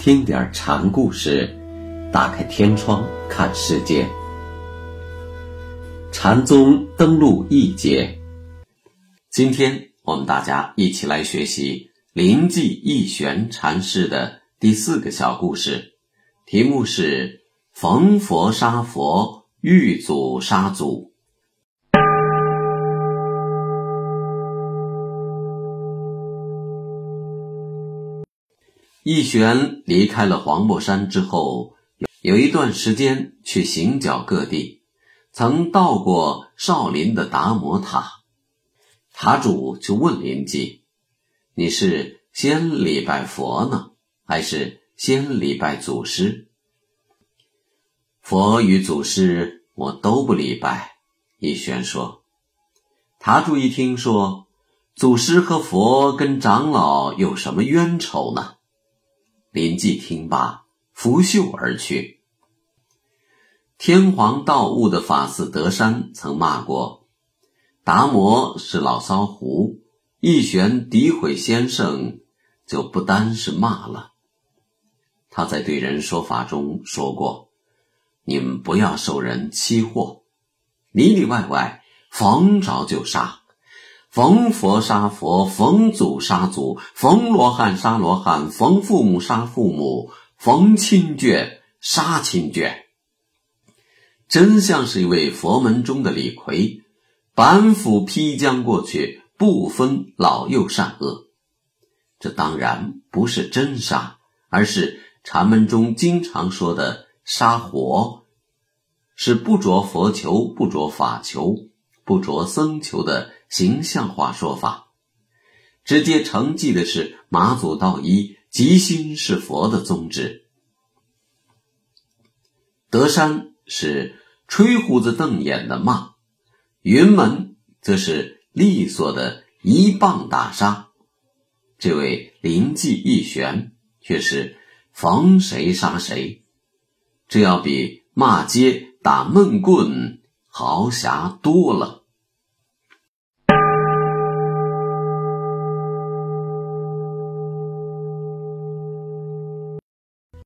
听点禅故事，打开天窗看世界。禅宗登陆一节，今天我们大家一起来学习临济义玄禅师的第4个小故事，题目是逢佛杀佛，遇祖杀祖。义玄离开了黄檗山之后，有一段时间去行脚各地，曾到过少林的达摩塔。塔主就问临济，你是先礼拜佛呢，还是先礼拜祖师？佛与祖师我都不礼拜，义玄说。塔主一听说，祖师和佛跟长老有什么冤仇呢？临济听罢，拂袖而去。天皇道悟的法嗣德山曾骂过，达摩是老骚胡，义玄诋毁先生，就不单是骂了。他在对人说法中说过，你们不要受人欺惑，里里外外逢着就杀，逢佛杀佛，逢祖杀祖，逢罗汉杀罗汉，逢父母杀父母，逢亲眷杀亲眷。真像是一位佛门中的李逵，板斧劈将过去，不分老幼善恶。这当然不是真杀，而是禅门中经常说的杀活，是不着佛求，不着法求，不着僧求的形象化说法，直接承继的是马祖道一即心是佛的宗旨。德山是吹胡子瞪眼的骂，云门则是利索的一棒打杀。这位临济义玄却是逢谁杀谁，这要比骂街打闷棍豪侠多了。